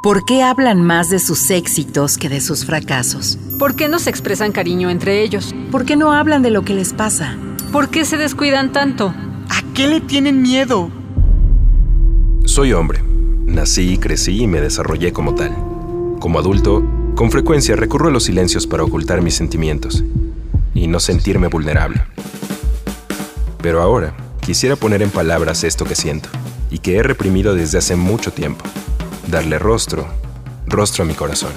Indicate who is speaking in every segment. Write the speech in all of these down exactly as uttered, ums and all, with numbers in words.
Speaker 1: ¿Por qué hablan más de sus éxitos que de sus fracasos?
Speaker 2: ¿Por qué no se expresan cariño entre ellos?
Speaker 1: ¿Por qué no hablan de lo que les pasa?
Speaker 2: ¿Por qué se descuidan tanto?
Speaker 3: ¿A qué le tienen miedo?
Speaker 4: Soy hombre. Nací, crecí y me desarrollé como tal. Como adulto, con frecuencia recurro a los silencios para ocultar mis sentimientos y no sentirme vulnerable. Pero ahora, quisiera poner en palabras esto que siento y que he reprimido desde hace mucho tiempo. Darle rostro, rostro a mi corazón.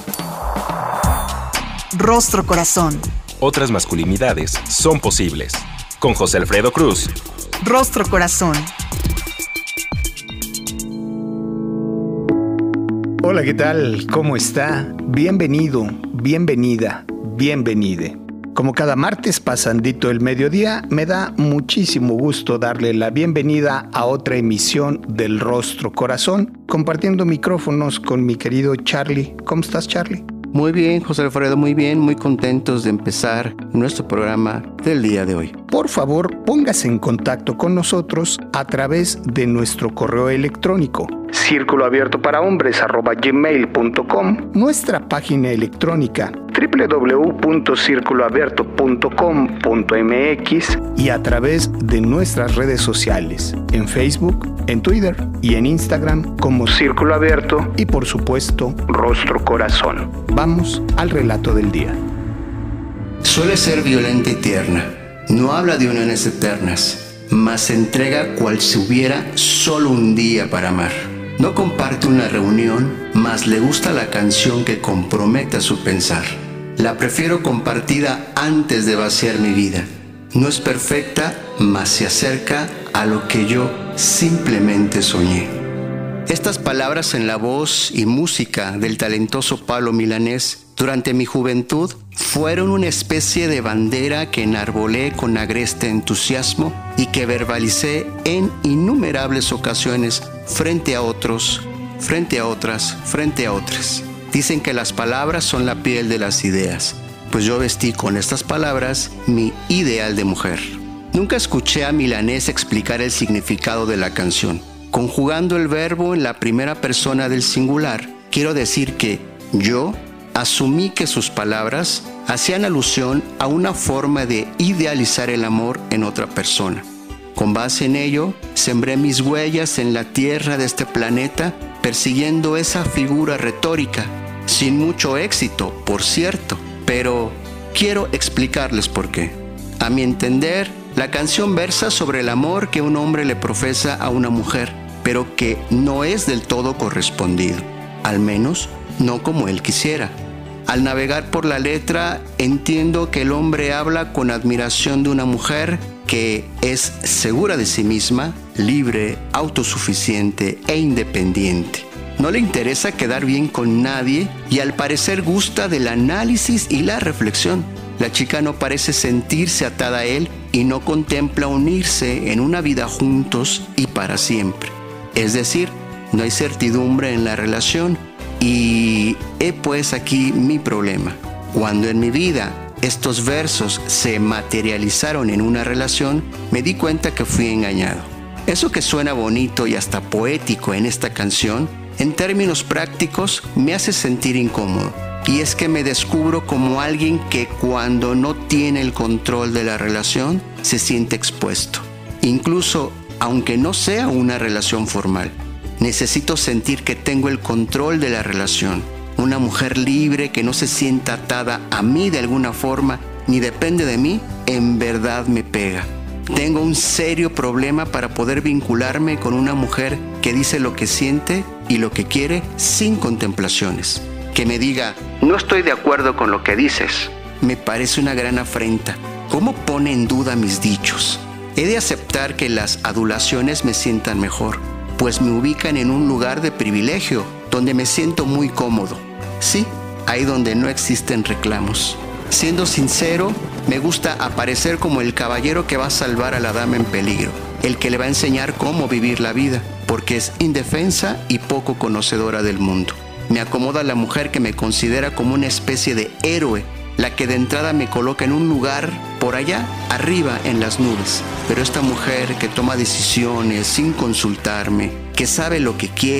Speaker 5: Rostro Corazón.
Speaker 4: Otras masculinidades son posibles. Con José Alfredo Cruz.
Speaker 5: Rostro Corazón.
Speaker 6: Hola, ¿qué tal? ¿Cómo está? Bienvenido, bienvenida, bienvenide. Como cada martes pasandito el mediodía, me da muchísimo gusto darle la bienvenida a otra emisión del Rostro Corazón, compartiendo micrófonos con mi querido Charlie. ¿Cómo estás, Charlie?
Speaker 7: Muy bien, José Alfredo, muy bien, muy contentos de empezar nuestro programa del día de hoy.
Speaker 6: Por favor, póngase en contacto con nosotros a través de nuestro correo electrónico círculo abierto para hombres arroba gmail punto com, nuestra página electrónica doble u doble u doble u punto círculo abierto punto com punto m x y a través de nuestras redes sociales en Facebook, en Twitter y en Instagram como Círculo Abierto y por supuesto Rostro Corazón. Vamos al relato del día.
Speaker 7: Suele ser violenta y tierna. No habla de uniones eternas, mas se entrega cual si hubiera solo un día para amar. No comparte una reunión, mas le gusta la canción que compromete a su pensar. La prefiero compartida antes de vaciar mi vida. No es perfecta, mas se acerca a lo que yo simplemente soñé. Estas palabras en la voz y música del talentoso Pablo Milanés durante mi juventud fueron una especie de bandera que enarbolé con agreste entusiasmo y que verbalicé en innumerables ocasiones frente a otros, frente a otras, frente a otras. Dicen que las palabras son la piel de las ideas, pues yo vestí con estas palabras mi ideal de mujer. Nunca escuché a Milanés explicar el significado de la canción. Conjugando el verbo en la primera persona del singular, quiero decir que yo asumí que sus palabras hacían alusión a una forma de idealizar el amor en otra persona. Con base en ello, sembré mis huellas en la tierra de este planeta, persiguiendo esa figura retórica, sin mucho éxito, por cierto, pero quiero explicarles por qué. A mi entender, la canción versa sobre el amor que un hombre le profesa a una mujer, pero que no es del todo correspondido, al menos no como él quisiera. Al navegar por la letra, entiendo que el hombre habla con admiración de una mujer que es segura de sí misma, libre, autosuficiente e independiente. No le interesa quedar bien con nadie y al parecer gusta del análisis y la reflexión. La chica no parece sentirse atada a él y no contempla unirse en una vida juntos y para siempre. Es decir, no hay certidumbre en la relación y he pues aquí mi problema. Cuando en mi vida estos versos se materializaron en una relación, me di cuenta que fui engañado. Eso que suena bonito y hasta poético en esta canción, en términos prácticos, me hace sentir incómodo. Y es que me descubro como alguien que cuando no tiene el control de la relación, se siente expuesto. Incluso, aunque no sea una relación formal, necesito sentir que tengo el control de la relación. Una mujer libre que no se sienta atada a mí de alguna forma, ni depende de mí, en verdad me pega. Tengo un serio problema para poder vincularme con una mujer que dice lo que siente y lo que quiere sin contemplaciones. Que me diga, no estoy de acuerdo con lo que dices, me parece una gran afrenta. ¿Cómo pone en duda mis dichos? He de aceptar que las adulaciones me sientan mejor, pues me ubican en un lugar de privilegio, donde me siento muy cómodo. Sí, ahí donde no existen reclamos. Siendo sincero, me gusta aparecer como el caballero que va a salvar a la dama en peligro, el que le va a enseñar cómo vivir la vida, porque es indefensa y poco conocedora del mundo. Me acomoda la mujer que me considera como una especie de héroe, la que de entrada me coloca en un lugar por allá, arriba en las nubes. Pero esta mujer que toma decisiones sin consultarme, que sabe lo que quiere,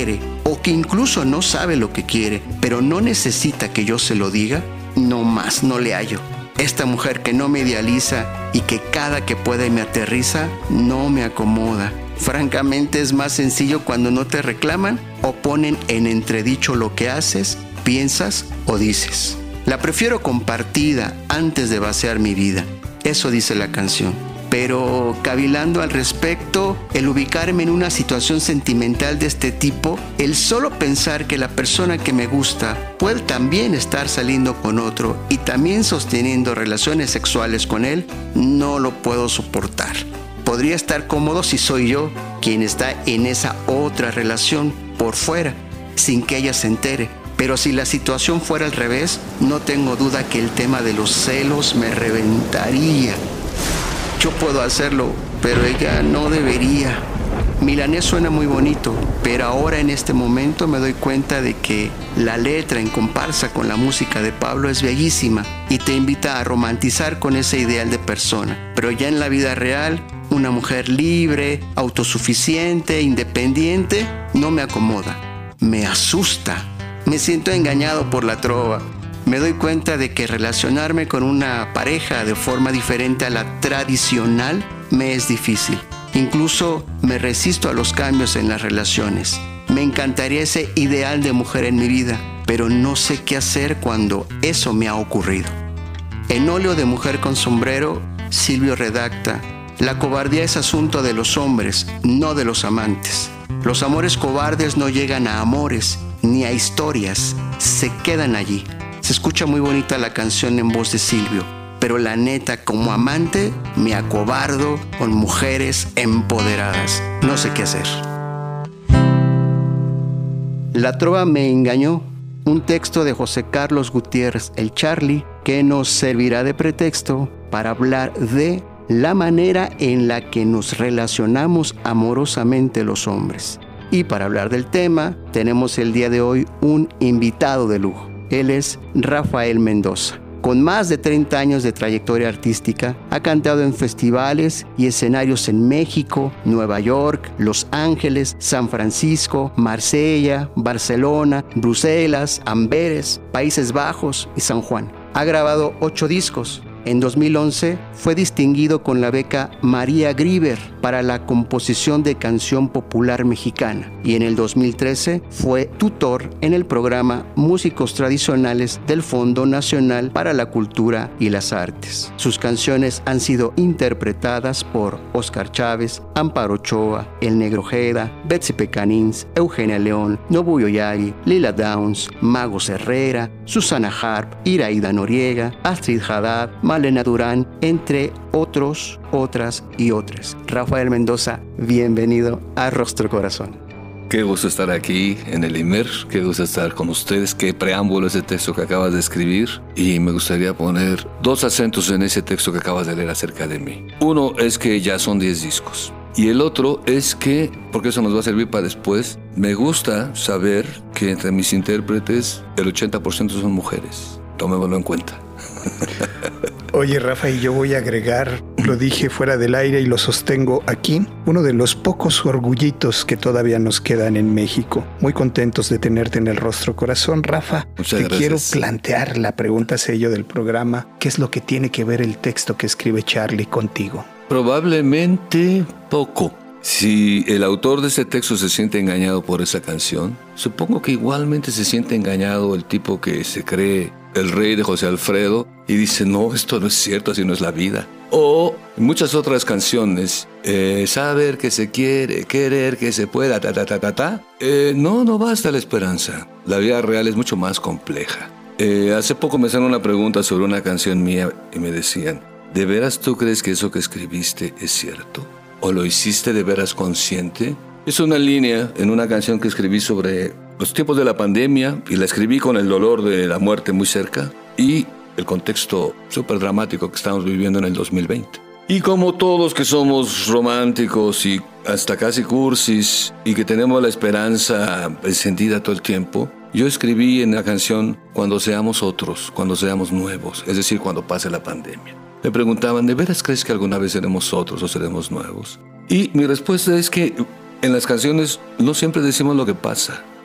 Speaker 7: o que incluso no sabe lo que quiere, pero no necesita que yo se lo diga, no más, no le hallo. Esta mujer que no me idealiza y que cada que puede me aterriza, no me acomoda. Francamente es más sencillo cuando no te reclaman o ponen en entredicho lo que haces, piensas o dices. La prefiero compartida antes de vaciar mi vida. Eso dice la canción. Pero cavilando al respecto, el ubicarme en una situación sentimental de este tipo, el solo pensar que la persona que me gusta puede también estar saliendo con otro y también sosteniendo relaciones sexuales con él, no lo puedo soportar. Podría estar cómodo si soy yo quien está en esa otra relación por fuera, sin que ella se entere. Pero si la situación fuera al revés, no tengo duda que el tema de los celos me reventaría. Yo puedo hacerlo, pero ella no debería. Milanés suena muy bonito, pero ahora en este momento me doy cuenta de que la letra en comparsa con la música de Pablo es bellísima y te invita a romantizar con ese ideal de persona. Pero ya en la vida real, una mujer libre, autosuficiente, independiente, no me acomoda. Me asusta. Me siento engañado por la trova. Me doy cuenta de que relacionarme con una pareja de forma diferente a la tradicional me es difícil. Incluso me resisto a los cambios en las relaciones. Me encantaría ese ideal de mujer en mi vida, pero no sé qué hacer cuando eso me ha ocurrido. En Óleo de mujer con sombrero, Silvio redacta: la cobardía es asunto de los hombres, no de los amantes. Los amores cobardes no llegan a amores ni a historias, se quedan allí. Se escucha muy bonita la canción en voz de Silvio, pero la neta, como amante, me acobardo con mujeres empoderadas. No sé qué hacer. La trova me engañó. Un texto de José Carlos Gutiérrez, el Charlie, que nos servirá de pretexto para hablar de la manera en la que nos relacionamos amorosamente los hombres. Y para hablar del tema, tenemos el día de hoy un invitado de lujo. Él es Rafael Mendoza. Con más de treinta años de trayectoria artística, ha cantado en festivales y escenarios en México, Nueva York, Los Ángeles, San Francisco, Marsella, Barcelona, Bruselas, Amberes, Países Bajos y San Juan. Ha grabado ocho discos. En dos mil once fue distinguido con la beca María Grieber para la composición de canción popular mexicana y en el dos mil trece fue tutor en el programa Músicos Tradicionales del Fondo Nacional para la Cultura y las Artes. Sus canciones han sido interpretadas por Oscar Chávez, Amparo Ochoa, El Negro Ojeda, Betsy Pecanins, Eugenia León, Nobuyo Yagi, Lila Downs, Magos Herrera, Susana Harp, Iraida Noriega, Astrid Haddad, Malena Durán, entre otros, otras y otras. Rafael Mendoza, bienvenido a Rostro Corazón.
Speaker 8: Qué gusto estar aquí en el IMER, qué gusto estar con ustedes, qué preámbulo ese texto que acabas de escribir, y me gustaría poner dos acentos en ese texto que acabas de leer acerca de mí. Uno es que ya son diez discos. Y el otro es que, porque eso nos va a servir para después, me gusta saber que entre mis intérpretes el ochenta por ciento son mujeres. Tomémoslo en cuenta.
Speaker 6: Oye, Rafa, y yo voy a agregar, lo dije fuera del aire y lo sostengo aquí, uno de los pocos orgullitos que todavía nos quedan en México. Muy contentos de tenerte en el Rostro Corazón, Rafa.
Speaker 8: Muchas
Speaker 6: Te
Speaker 8: gracias.
Speaker 6: quiero plantear la pregunta sello del programa. ¿Qué es lo que tiene que ver el texto que escribe Charlie contigo?
Speaker 8: Probablemente poco. Si el autor de ese texto se siente engañado por esa canción, supongo que igualmente se siente engañado el tipo que se cree el rey de José Alfredo y dice, no, esto no es cierto, así no es la vida. O muchas otras canciones, eh, saber que se quiere, querer que se pueda, ta, ta, ta, ta, ta. Eh, no, no basta la esperanza. La vida real es mucho más compleja. Eh, hace poco me hicieron una pregunta sobre una canción mía y me decían, ¿de veras tú crees que eso que escribiste es cierto? ¿O lo hiciste de veras consciente? Es una línea en una canción que escribí sobre los tiempos de la pandemia y la escribí con el dolor de la muerte muy cerca y el contexto súper dramático que estamos viviendo en el dos mil veinte. Y como todos que somos románticos y hasta casi cursis y que tenemos la esperanza encendida todo el tiempo, yo escribí en la canción cuando seamos otros, cuando seamos nuevos, es decir, cuando pase la pandemia. Me preguntaban, ¿de veras crees que alguna vez seremos otros o seremos nuevos? Y mi respuesta es que en las canciones no siempre decimos lo que pasa.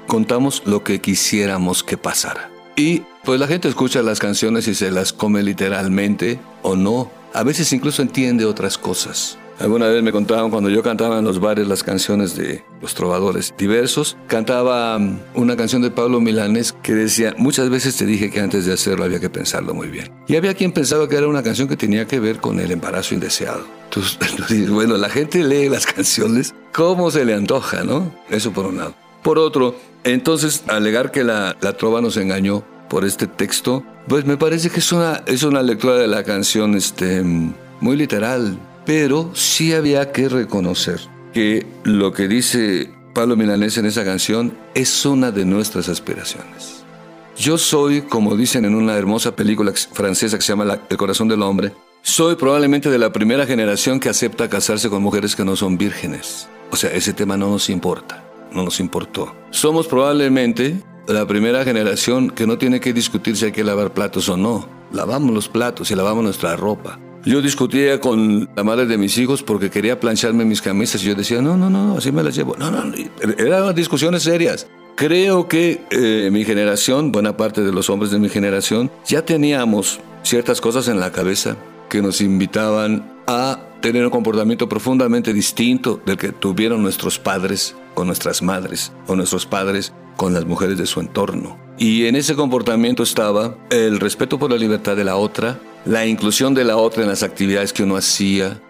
Speaker 8: contamos lo que quisiéramos que pasara. Y pues la gente escucha las canciones y se las come literalmente o no. A veces incluso entiende otras cosas. Alguna vez me contaban cuando yo cantaba en los bares las canciones de los trovadores diversos. Cantaba una canción de Pablo Milanés que decía: muchas veces te dije que antes de hacerlo había que pensarlo muy bien. Y había quien pensaba que era una canción que tenía que ver con el embarazo indeseado. Entonces, entonces bueno, la gente lee las canciones como se le antoja, ¿no? Eso por un lado. Por otro, entonces, alegar que la, la trova nos engañó por este texto, pues me parece que es una, es una lectura de la canción este, muy literal. Pero sí había que reconocer que lo que dice Pablo Milanés en esa canción es una de nuestras aspiraciones. Yo soy, como dicen en una hermosa película francesa que se llama La, El corazón del hombre, soy probablemente de la primera generación que acepta casarse con mujeres que no son vírgenes. O sea, ese tema no nos importa, no nos importó. Somos probablemente la primera generación que no tiene que discutir si hay que lavar platos o no. Lavamos los platos y lavamos nuestra ropa. Yo discutía con la madre de mis hijos porque quería plancharme mis camisas y yo decía, no, no, no, así me las llevo. No, no, no. Eran discusiones serias. Creo que eh, mi generación, buena parte de los hombres de mi generación, ya teníamos ciertas cosas en la cabeza que nos invitaban a tener un comportamiento profundamente distinto del que tuvieron nuestros padres con nuestras madres o nuestros padres con las mujeres de su entorno. Y en ese comportamiento estaba el respeto por la libertad de la otra, la inclusión de la otra en las actividades que uno hacía,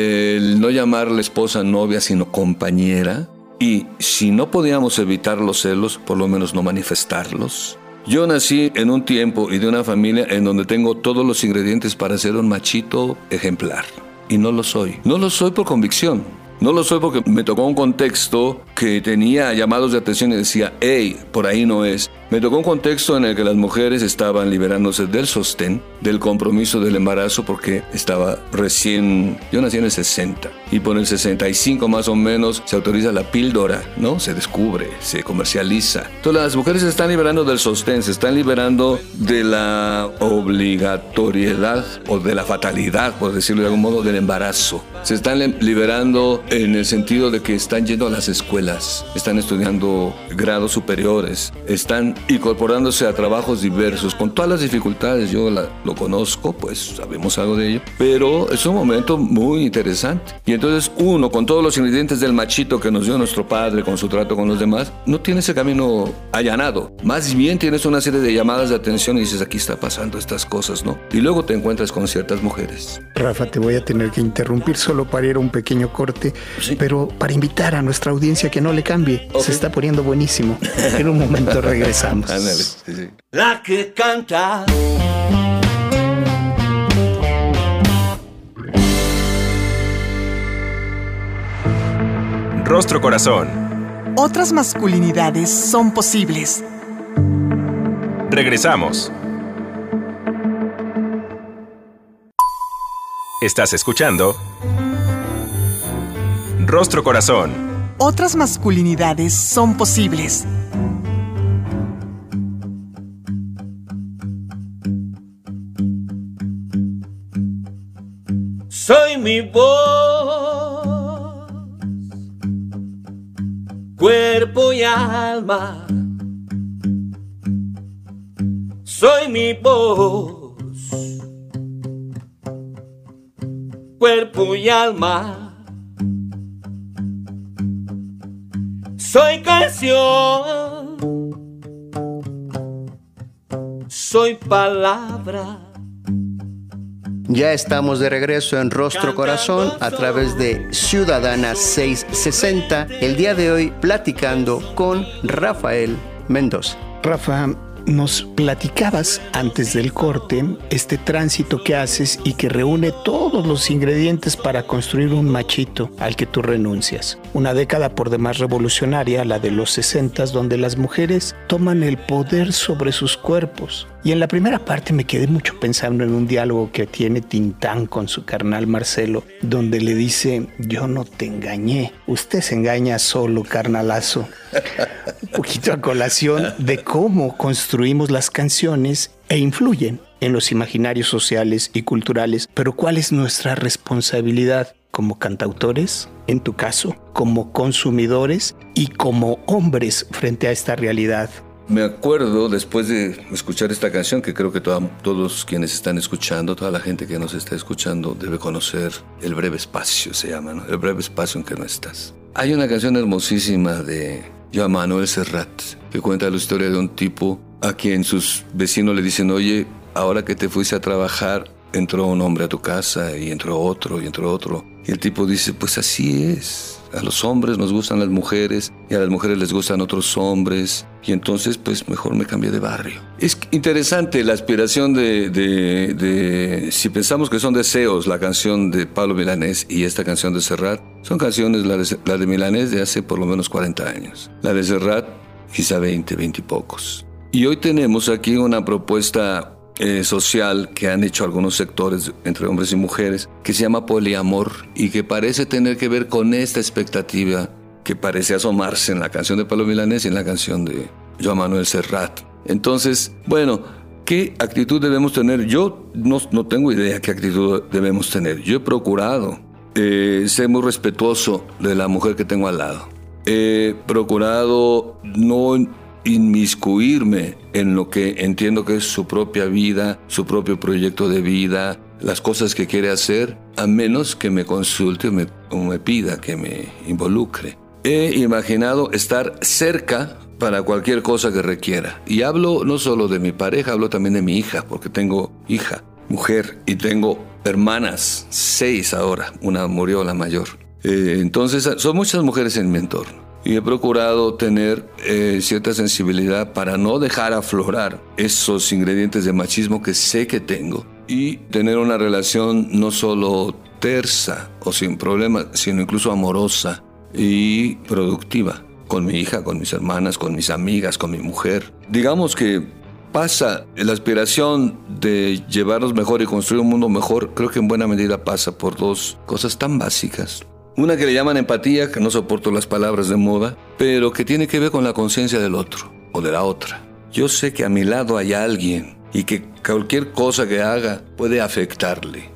Speaker 8: el no llamarle esposa, novia, sino compañera. Y si no podíamos evitar los celos, por lo menos no manifestarlos. Yo nací en un tiempo y de una familia en donde tengo todos los ingredientes para ser un machito ejemplar. Y no lo soy. No lo soy por convicción. No lo soy porque me tocó un contexto que tenía llamados de atención y decía, hey, por ahí no es. Me tocó un contexto en el que las mujeres estaban liberándose del sostén, del compromiso del embarazo, porque estaba recién, yo nací en el sesenta, y por el sesenta y cinco más o menos se autoriza la píldora, ¿no? Se descubre, se comercializa. Entonces las mujeres se están liberando del sostén, se están liberando de la obligatoriedad o de la fatalidad, por decirlo de algún modo, del embarazo. Se están liberando en el sentido de que están yendo a las escuelas, están estudiando grados superiores, están incorporándose a trabajos diversos, con todas las dificultades. Yo la, lo conozco, pues sabemos algo de ello, pero es un momento muy interesante. Y entonces uno, con todos los ingredientes del machito que nos dio nuestro padre, con su trato con los demás, no tiene ese camino allanado. Más bien tienes una serie de llamadas de atención y dices, aquí está pasando estas cosas, ¿no? Y luego te encuentras con ciertas mujeres.
Speaker 6: Rafa, te voy a tener que interrumpir solo para ir a un pequeño corte, ¿sí? Pero para invitar a nuestra audiencia que no le cambie. Okay. Se está poniendo buenísimo. En un momento regresamos.
Speaker 8: Ándale, sí, sí.
Speaker 9: La que canta.
Speaker 4: Rostro Corazón.
Speaker 5: Otras masculinidades son posibles.
Speaker 4: Regresamos. Estás escuchando Rostro Corazón.
Speaker 5: Otras masculinidades son posibles.
Speaker 9: Soy mi voz, cuerpo y alma. Soy mi voz, cuerpo y alma. Soy canción, soy palabra.
Speaker 7: Ya estamos de regreso en Rostro Corazón a través de Ciudadana seiscientos sesenta. El día de hoy platicando con Rafael Mendoza.
Speaker 6: Rafa, nos platicabas antes del corte este tránsito que haces y que reúne todos los ingredientes para construir un machito al que tú renuncias. Una década por demás revolucionaria, la de los sesentas, donde las mujeres toman el poder sobre sus cuerpos. Y en la primera parte me quedé mucho pensando en un diálogo que tiene Tintán con su carnal Marcelo, donde le dice, yo no te engañé, usted se engaña solo, carnalazo. Un poquito a colación de cómo construimos las canciones e influyen en los imaginarios sociales y culturales, pero ¿cuál es nuestra responsabilidad como cantautores, en tu caso, como consumidores y como hombres frente a esta realidad?
Speaker 8: Me acuerdo, después de escuchar esta canción, que creo que toda, todos quienes están escuchando, toda la gente que nos está escuchando debe conocer El breve espacio, se llama, ¿no? El breve espacio en que no estás. Hay una canción hermosísima de Joan Manuel Serrat que cuenta la historia de un tipo a quien sus vecinos le dicen: oye, ahora que te fuiste a trabajar, entró un hombre a tu casa y entró otro y entró otro. Y el tipo dice: pues así es. A los hombres nos gustan las mujeres y a las mujeres les gustan otros hombres. Y entonces, pues mejor me cambié de barrio. Es interesante la aspiración de, de, de... Si pensamos que son deseos, la canción de Pablo Milanés y esta canción de Serrat, son canciones, la de, la de Milanés de hace por lo menos cuarenta años. La de Serrat, quizá veinte, veinte y pocos. Y hoy tenemos aquí una propuesta Eh, social que han hecho algunos sectores entre hombres y mujeres, que se llama poliamor y que parece tener que ver con esta expectativa que parece asomarse en la canción de Pablo Milanés y en la canción de Joan Manuel Serrat. Entonces, bueno, ¿qué actitud debemos tener? Yo no, no tengo idea qué actitud debemos tener. Yo he procurado eh, ser muy respetuoso de la mujer que tengo al lado. He procurado no inmiscuirme en lo que entiendo que es su propia vida, su propio proyecto de vida, las cosas que quiere hacer, a menos que me consulte o me, o me pida que me involucre. He imaginado estar cerca para cualquier cosa que requiera. Y hablo no solo de mi pareja, hablo también de mi hija, porque tengo hija, mujer, y tengo hermanas, seis ahora, una murió, la mayor. Eh, entonces, son muchas mujeres en mi entorno. Y he procurado tener eh, cierta sensibilidad para no dejar aflorar esos ingredientes de machismo que sé que tengo y tener una relación no solo tersa o sin problemas, sino incluso amorosa y productiva con mi hija, con mis hermanas, con mis amigas, con mi mujer. Digamos que pasa, la aspiración de llevarnos mejor y construir un mundo mejor, creo que en buena medida pasa por dos cosas tan básicas. Una que le llaman empatía, que no soporto las palabras de moda, pero que tiene que ver con la conciencia del otro o de la otra. Yo sé que a mi lado hay alguien y que cualquier cosa que haga puede afectarle.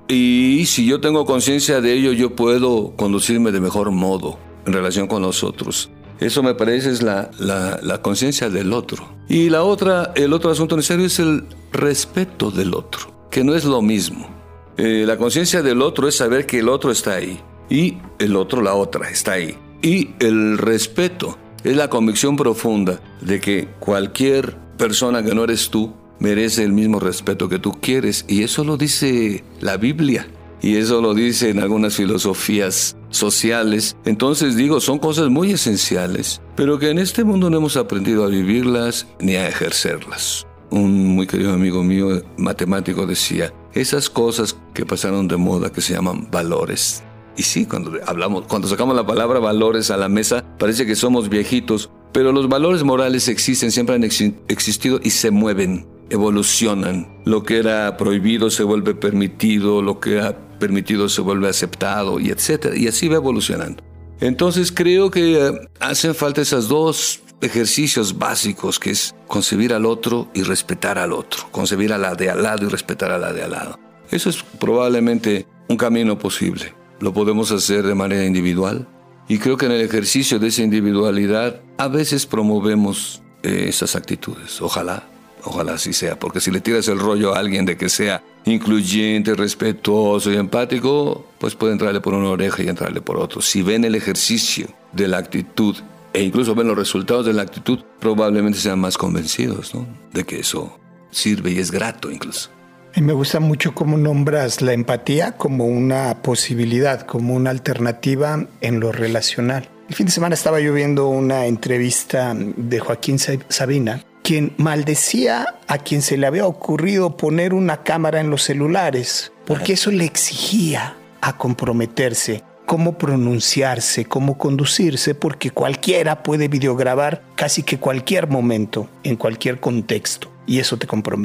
Speaker 8: Y si yo tengo conciencia de ello, yo puedo conducirme de mejor modo en relación con los otros. Eso me parece es la, la, la conciencia del otro. Y la otra, el otro asunto necesario es el respeto del otro, que no es lo mismo. Eh, la conciencia del otro es saber que el otro está ahí. Y el otro, la otra, está ahí. Y el respeto es la convicción profunda de que cualquier persona que no eres tú merece el mismo respeto que tú quieres. Y eso lo dice la Biblia. Y eso lo dicen algunas filosofías sociales. Entonces digo, son cosas muy esenciales, pero que en este mundo no hemos aprendido a vivirlas ni a ejercerlas. Un muy querido amigo mío, matemático, decía, esas cosas que pasaron de moda que se llaman valores. Y sí, cuando hablamos, cuando sacamos la palabra valores a la mesa, parece que somos viejitos, pero los valores morales existen, siempre han ex- existido y se mueven, evolucionan. Lo que era prohibido se vuelve permitido, lo que era permitido se vuelve aceptado, y etcétera. Y así va evolucionando. Entonces creo que eh, hacen falta esos dos ejercicios básicos, que es concebir al otro y respetar al otro, concebir a la de al lado y respetar a la de al lado. Eso es probablemente un camino posible. Lo podemos hacer de manera individual y creo que en el ejercicio de esa individualidad a veces promovemos eh, esas actitudes. Ojalá, ojalá así sea, porque si le tiras el rollo a alguien de que sea incluyente, respetuoso y empático, pues puede entrarle por una oreja y entrarle por otra. Si ven el ejercicio de la actitud e incluso ven los resultados de la actitud, probablemente sean más convencidos, ¿no?, de que eso sirve y es grato incluso.
Speaker 6: Y me gusta mucho cómo nombras la empatía como una posibilidad, como una alternativa en lo relacional. El fin de semana estaba yo viendo una entrevista de Joaquín Sabina, quien maldecía a quien se le había ocurrido poner una cámara en los celulares, porque eso le exigía a comprometerse, cómo pronunciarse, cómo conducirse, porque cualquiera puede videograbar casi que cualquier momento, en cualquier contexto, y eso te compromete.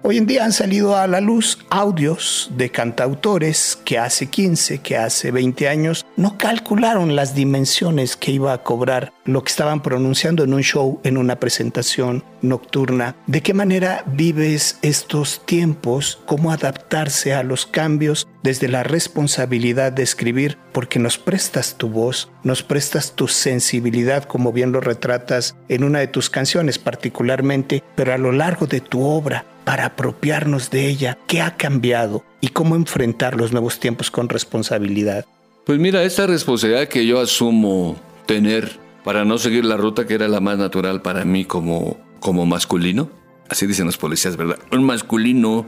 Speaker 6: Hoy en día han salido a la luz audios de cantautores que hace quince, que hace veinte años no calcularon las dimensiones que iba a cobrar lo que estaban pronunciando en un show, en una presentación nocturna. ¿De qué manera vives estos tiempos? ¿Cómo adaptarse a los cambios desde la responsabilidad de escribir? Porque nos prestas tu voz, nos prestas tu sensibilidad, como bien lo retratas en una de tus canciones particularmente, pero a lo largo de tu obra, para apropiarnos de ella. ¿Qué ha cambiado y cómo enfrentar los nuevos tiempos con responsabilidad?
Speaker 8: Pues mira, esta responsabilidad que yo asumo tener para no seguir la ruta que era la más natural para mí como, como masculino, así dicen los policías, ¿verdad? Un masculino.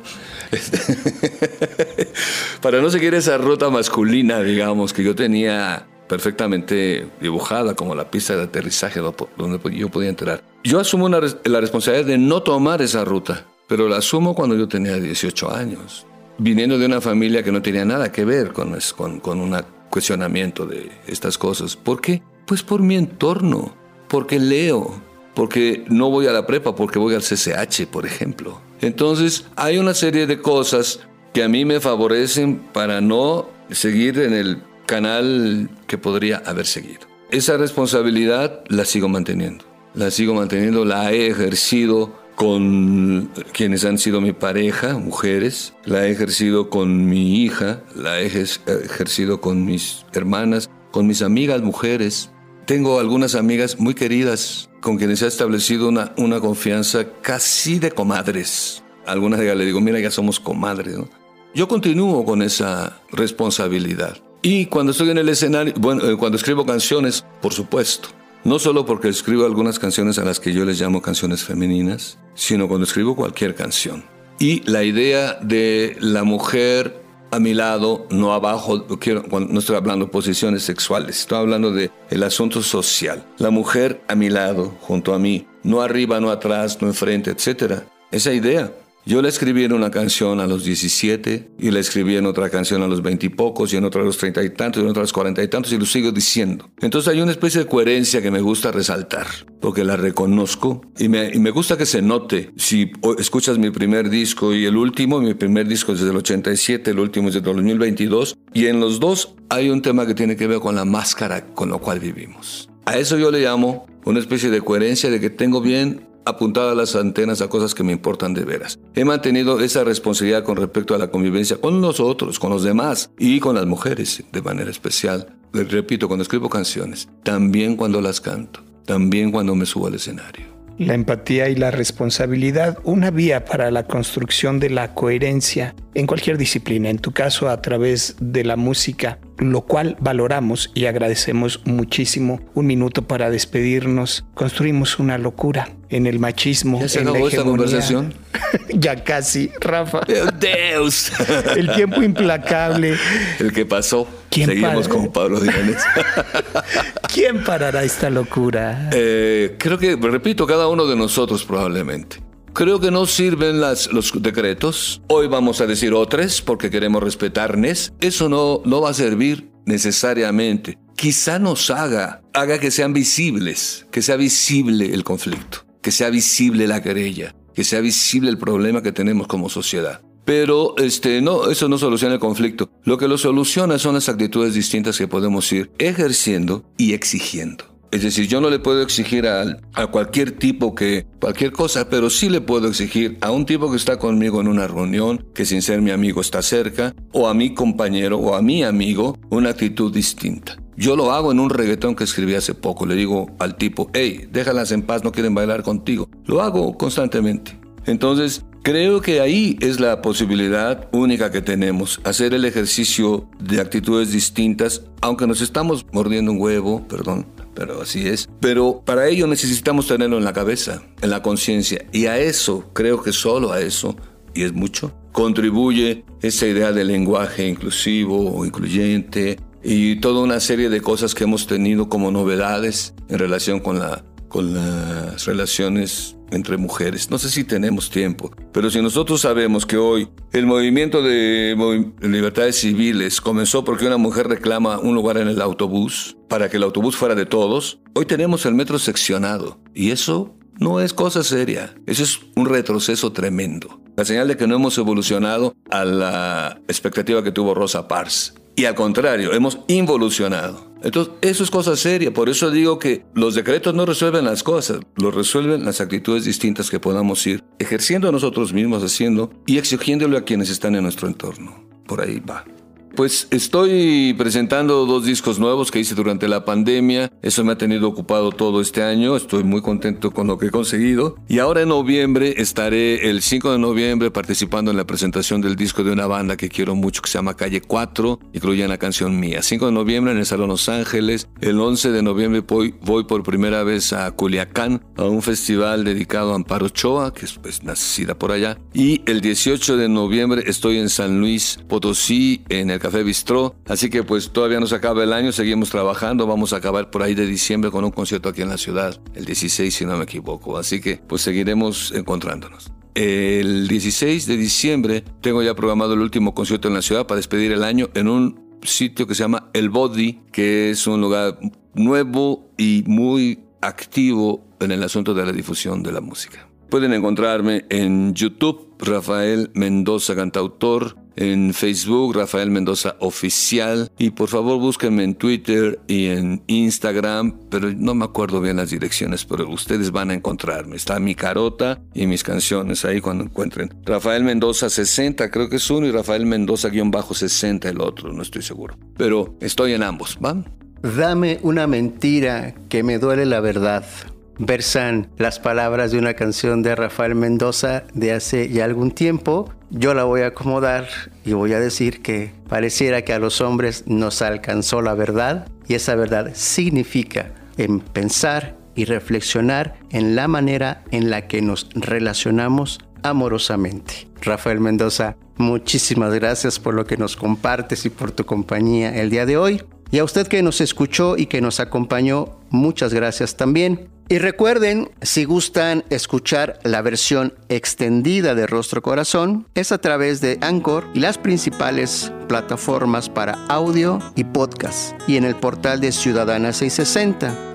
Speaker 8: Para no seguir esa ruta masculina, digamos, que yo tenía perfectamente dibujada como la pista de aterrizaje donde yo podía entrar. Yo asumo una, la responsabilidad de no tomar esa ruta, pero la asumo cuando yo tenía dieciocho años, viniendo de una familia que no tenía nada que ver con, con, con un cuestionamiento de estas cosas. ¿Por qué? Pues por mi entorno, porque leo, porque no voy a la prepa, porque voy al C C H, por ejemplo. Entonces, hay una serie de cosas que a mí me favorecen para no seguir en el canal que podría haber seguido. Esa responsabilidad la sigo manteniendo. La sigo manteniendo, la he ejercido con quienes han sido mi pareja, mujeres, la he ejercido con mi hija, la he ejercido con mis hermanas, con mis amigas mujeres. Tengo algunas amigas muy queridas con quienes he establecido una, una confianza casi de comadres. A algunas de ellas le digo, mira, ya somos comadres, ¿no? Yo continúo con esa responsabilidad. Y cuando estoy en el escenario, bueno, eh, cuando escribo canciones, por supuesto. No solo porque escribo algunas canciones a las que yo les llamo canciones femeninas, sino cuando escribo cualquier canción. Y la idea de la mujer a mi lado, no abajo, quiero, no estoy hablando de posiciones sexuales, estoy hablando del asunto social. La mujer a mi lado, junto a mí, no arriba, no atrás, no enfrente, etcétera. Esa idea. Yo la escribí en una canción a los diecisiete, y la escribí en otra canción a los veinte y pocos, y en otra a los treinta y tantos, y en otra a los cuarenta y tantos, y lo sigo diciendo. Entonces hay una especie de coherencia que me gusta resaltar, porque la reconozco, y me, y me gusta que se note. Si escuchas mi primer disco y el último, mi primer disco es desde el ochenta y siete, el último es desde el dos mil veintidós, y en los dos hay un tema que tiene que ver con la máscara con la cual vivimos. A eso yo le llamo una especie de coherencia, de que tengo bien apuntadas las antenas a cosas que me importan de veras. He mantenido esa responsabilidad con respecto a la convivencia con nosotros, con los demás y con las mujeres de manera especial. Les repito, cuando escribo canciones, también cuando las canto, también cuando me subo al escenario.
Speaker 6: La empatía y la responsabilidad, una vía para la construcción de la coherencia en cualquier disciplina, en tu caso a través de la música, lo cual valoramos y agradecemos muchísimo. Un minuto para despedirnos. Construimos una locura en el machismo.
Speaker 8: ¿Ya se
Speaker 6: en
Speaker 8: acabó esta conversación?
Speaker 6: Ya casi, Rafa.
Speaker 8: ¡Deus!
Speaker 6: El tiempo implacable.
Speaker 8: El que pasó. Seguimos como Pablo Dianes.
Speaker 6: ¿Quién parará esta locura?
Speaker 8: Eh, creo que, repito, cada uno de nosotros probablemente. Creo que no sirven las, los decretos. Hoy vamos a decir otros porque queremos respetarnos. Eso no, no va a servir necesariamente. Quizá nos haga, haga que sean visibles, que sea visible el conflicto, que sea visible la querella, que sea visible el problema que tenemos como sociedad. Pero este, no, eso no soluciona el conflicto. Lo que lo soluciona son las actitudes distintas que podemos ir ejerciendo y exigiendo. Es decir, yo no le puedo exigir a, a cualquier tipo que cualquier cosa, pero sí le puedo exigir a un tipo que está conmigo en una reunión, que sin ser mi amigo está cerca, o a mi compañero o a mi amigo, una actitud distinta. Yo lo hago en un reggaetón que escribí hace poco. Le digo al tipo, hey, déjalas en paz, no quieren bailar contigo. Lo hago constantemente. Entonces, creo que ahí es la posibilidad única que tenemos, hacer el ejercicio de actitudes distintas, aunque nos estamos mordiendo un huevo, perdón, pero así es. Pero para ello necesitamos tenerlo en la cabeza, en la conciencia, y a eso, creo que solo a eso, y es mucho, contribuye esa idea de lenguaje inclusivo o incluyente y toda una serie de cosas que hemos tenido como novedades en relación con la con las relaciones entre mujeres. No sé si tenemos tiempo, pero si nosotros sabemos que hoy el movimiento de movi- libertades civiles comenzó porque una mujer reclama un lugar en el autobús para que el autobús fuera de todos, hoy tenemos el metro seccionado y eso no es cosa seria. Eso es un retroceso tremendo. La señal de que no hemos evolucionado a la expectativa que tuvo Rosa Parks. Y al contrario, hemos involucionado. Entonces, eso es cosa seria. Por eso digo que los decretos no resuelven las cosas. Lo resuelven las actitudes distintas que podamos ir ejerciendo nosotros mismos, haciendo y exigiéndole a quienes están en nuestro entorno. Por ahí va. Pues estoy presentando dos discos nuevos que hice durante la pandemia. Eso me ha tenido ocupado todo este año. Estoy muy contento con lo que he conseguido. Y ahora en noviembre estaré el cinco de noviembre participando en la presentación del disco de una banda que quiero mucho que se llama Calle cuatro. Incluye una canción mía. cinco de noviembre en el Salón Los Ángeles. El once de noviembre voy, voy por primera vez a Culiacán, a un festival dedicado a Amparo Ochoa, que es pues, nacida por allá. Y el dieciocho de noviembre estoy en San Luis Potosí, en el Café Bistró, así que pues todavía no se acaba el año, seguimos trabajando, vamos a acabar por ahí de diciembre con un concierto aquí en la ciudad, el dieciséis si no me equivoco, así que pues seguiremos encontrándonos. El dieciséis de diciembre tengo ya programado el último concierto en la ciudad para despedir el año en un sitio que se llama El Body, que es un lugar nuevo y muy activo en el asunto de la difusión de la música. Pueden encontrarme en YouTube, Rafael Mendoza Cantautor, en Facebook, Rafael Mendoza Oficial, y por favor búsquenme en Twitter y en Instagram, pero no me acuerdo bien las direcciones, pero ustedes van a encontrarme. Está mi carota y mis canciones ahí cuando encuentren. Rafael Mendoza sesenta creo que es uno y Rafael Mendoza guión bajo sesenta el otro, no estoy seguro. Pero estoy en ambos, ¿van?
Speaker 7: Dame una mentira que me duele la verdad. Versan las palabras de una canción de Rafael Mendoza de hace ya algún tiempo. Yo la voy a acomodar y voy a decir que pareciera que a los hombres nos alcanzó la verdad, y esa verdad significa en pensar y reflexionar en la manera en la que nos relacionamos amorosamente. Rafael Mendoza, muchísimas gracias por lo que nos compartes y por tu compañía el día de hoy. Y a usted que nos escuchó y que nos acompañó, muchas gracias también. Y recuerden, si gustan escuchar la versión extendida de Rostro Corazón, es a través de Anchor y las principales plataformas para audio y podcast, y en el portal de Ciudadana seiscientos sesenta,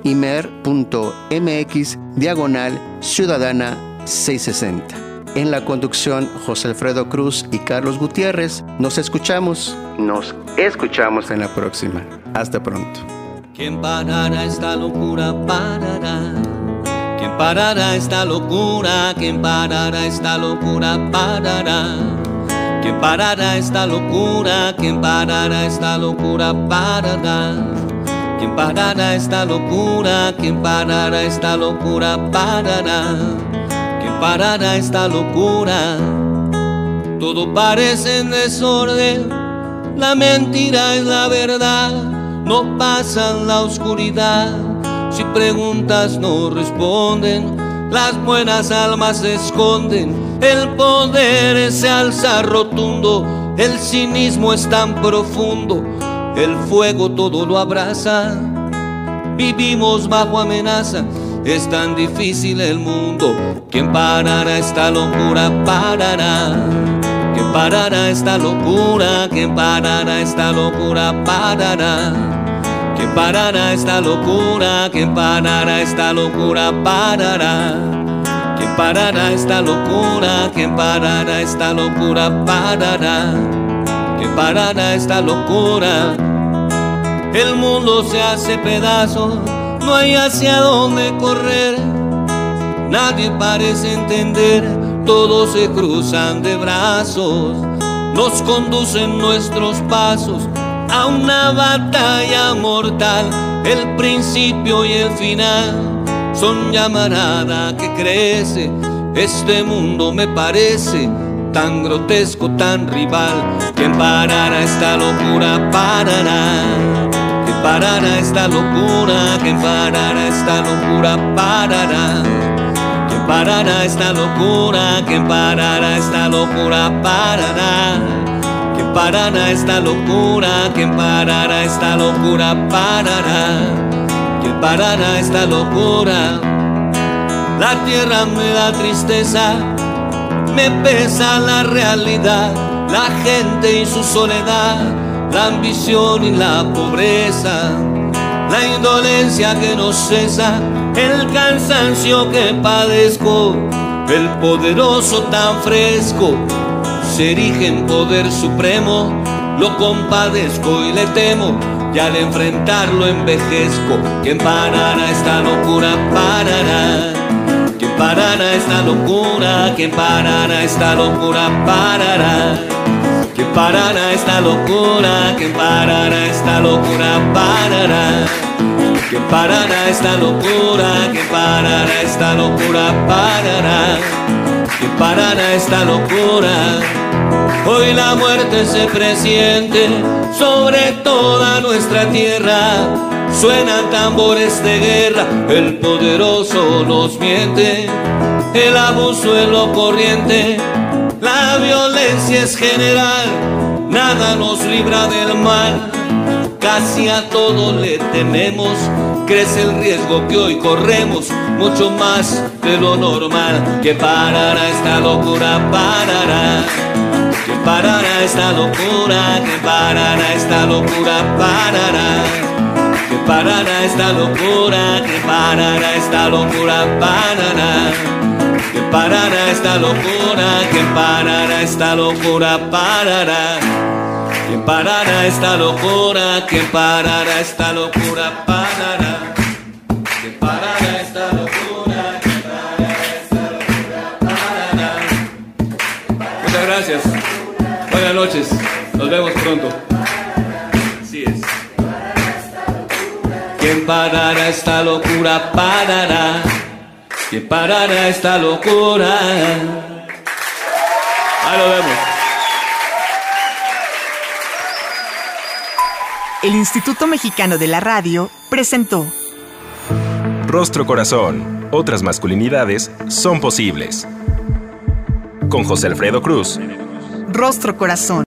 Speaker 7: imer.mx diagonal Ciudadana seiscientos sesenta. En la conducción, José Alfredo Cruz y Carlos Gutiérrez. Nos escuchamos, nos escuchamos en la próxima. Hasta pronto.
Speaker 9: ¿Quién parará esta locura? Parará. ¿Quién parará esta locura? ¿Quién parará esta locura? Parará. ¿Quién parará esta locura? ¿Quién parará esta locura? Parará. ¿Quién parará esta locura? ¿Quién parará esta locura? Parará. ¿Quién parará esta locura? Todo parece en desorden, la mentira es la verdad. No pasan la oscuridad, si preguntas no responden, las buenas almas se esconden, el poder se alza rotundo, el cinismo es tan profundo, el fuego todo lo abraza, vivimos bajo amenaza, es tan difícil el mundo. ¿Quién parará esta locura? Parará. ¿Quién parará esta locura? ¿Quién parará esta locura? Parará. ¿Quién parará esta locura? ¿Quién parará esta locura? Parará. ¿Quién parará esta locura? ¿Quién parará esta locura? Parará. ¿Quién parará esta locura? El mundo se hace pedazos, no hay hacia dónde correr, nadie parece entender, todos se cruzan de brazos, nos conducen nuestros pasos a una batalla mortal, el principio y el final son llamarada que crece, este mundo me parece tan grotesco, tan rival. ¿Quién parará esta locura? Parará. ¿Quién parará esta locura? ¿Quién parará esta locura? Parará. ¿Quién parará esta locura? ¿Quién parará esta locura? Parará. ¿Quién parará esta locura? ¿Quién parará esta locura? Parará. ¿Quién parará esta locura? La tierra me da tristeza, me pesa la realidad, la gente y su soledad, la ambición y la pobreza, la indolencia que no cesa, el cansancio que padezco, el poderoso tan fresco se erige en poder supremo. Lo compadezco y le temo, y al enfrentarlo envejezco. ¿Quién parará esta locura? Parará. ¿Quién parará esta locura? ¿Quién parará esta locura? Parará. ¿Quién parará esta locura? ¿Quién parará esta locura? Parará. ¿Quién parará esta locura? ¿Quién parará esta locura? Parará. ¿Quién parará esta locura? Hoy la muerte se presiente sobre toda nuestra tierra. Suenan tambores de guerra, el poderoso nos miente. El abuso es lo corriente, la violencia es general. Nada nos libra del mal, casi a todo le tememos. Crece el riesgo que hoy corremos, mucho más de lo normal. ¿Quién parará esta locura? Parará. ¿Quién parará esta locura? ¿Quién parará esta locura? Parará. ¿Quién parará esta locura? ¿Quién parará esta locura? Parará. ¿Quién parará esta locura? ¿Quién parará esta locura? Parará. ¿Quién parará esta locura? ¿Quién parará esta locura? Parará. ¿Quién parará esta locura? ¿Quién parará esta locura? Parará. Muchas gracias. Buenas noches. Nos vemos pronto. Así es. ¿Quién parará esta locura? Parará. ¿Quién parará esta locura? Ahí lo vemos.
Speaker 5: El Instituto Mexicano de la Radio presentó
Speaker 4: Rostro Corazón. Otras masculinidades son posibles. Con José Alfredo Cruz.
Speaker 5: Rostro Corazón.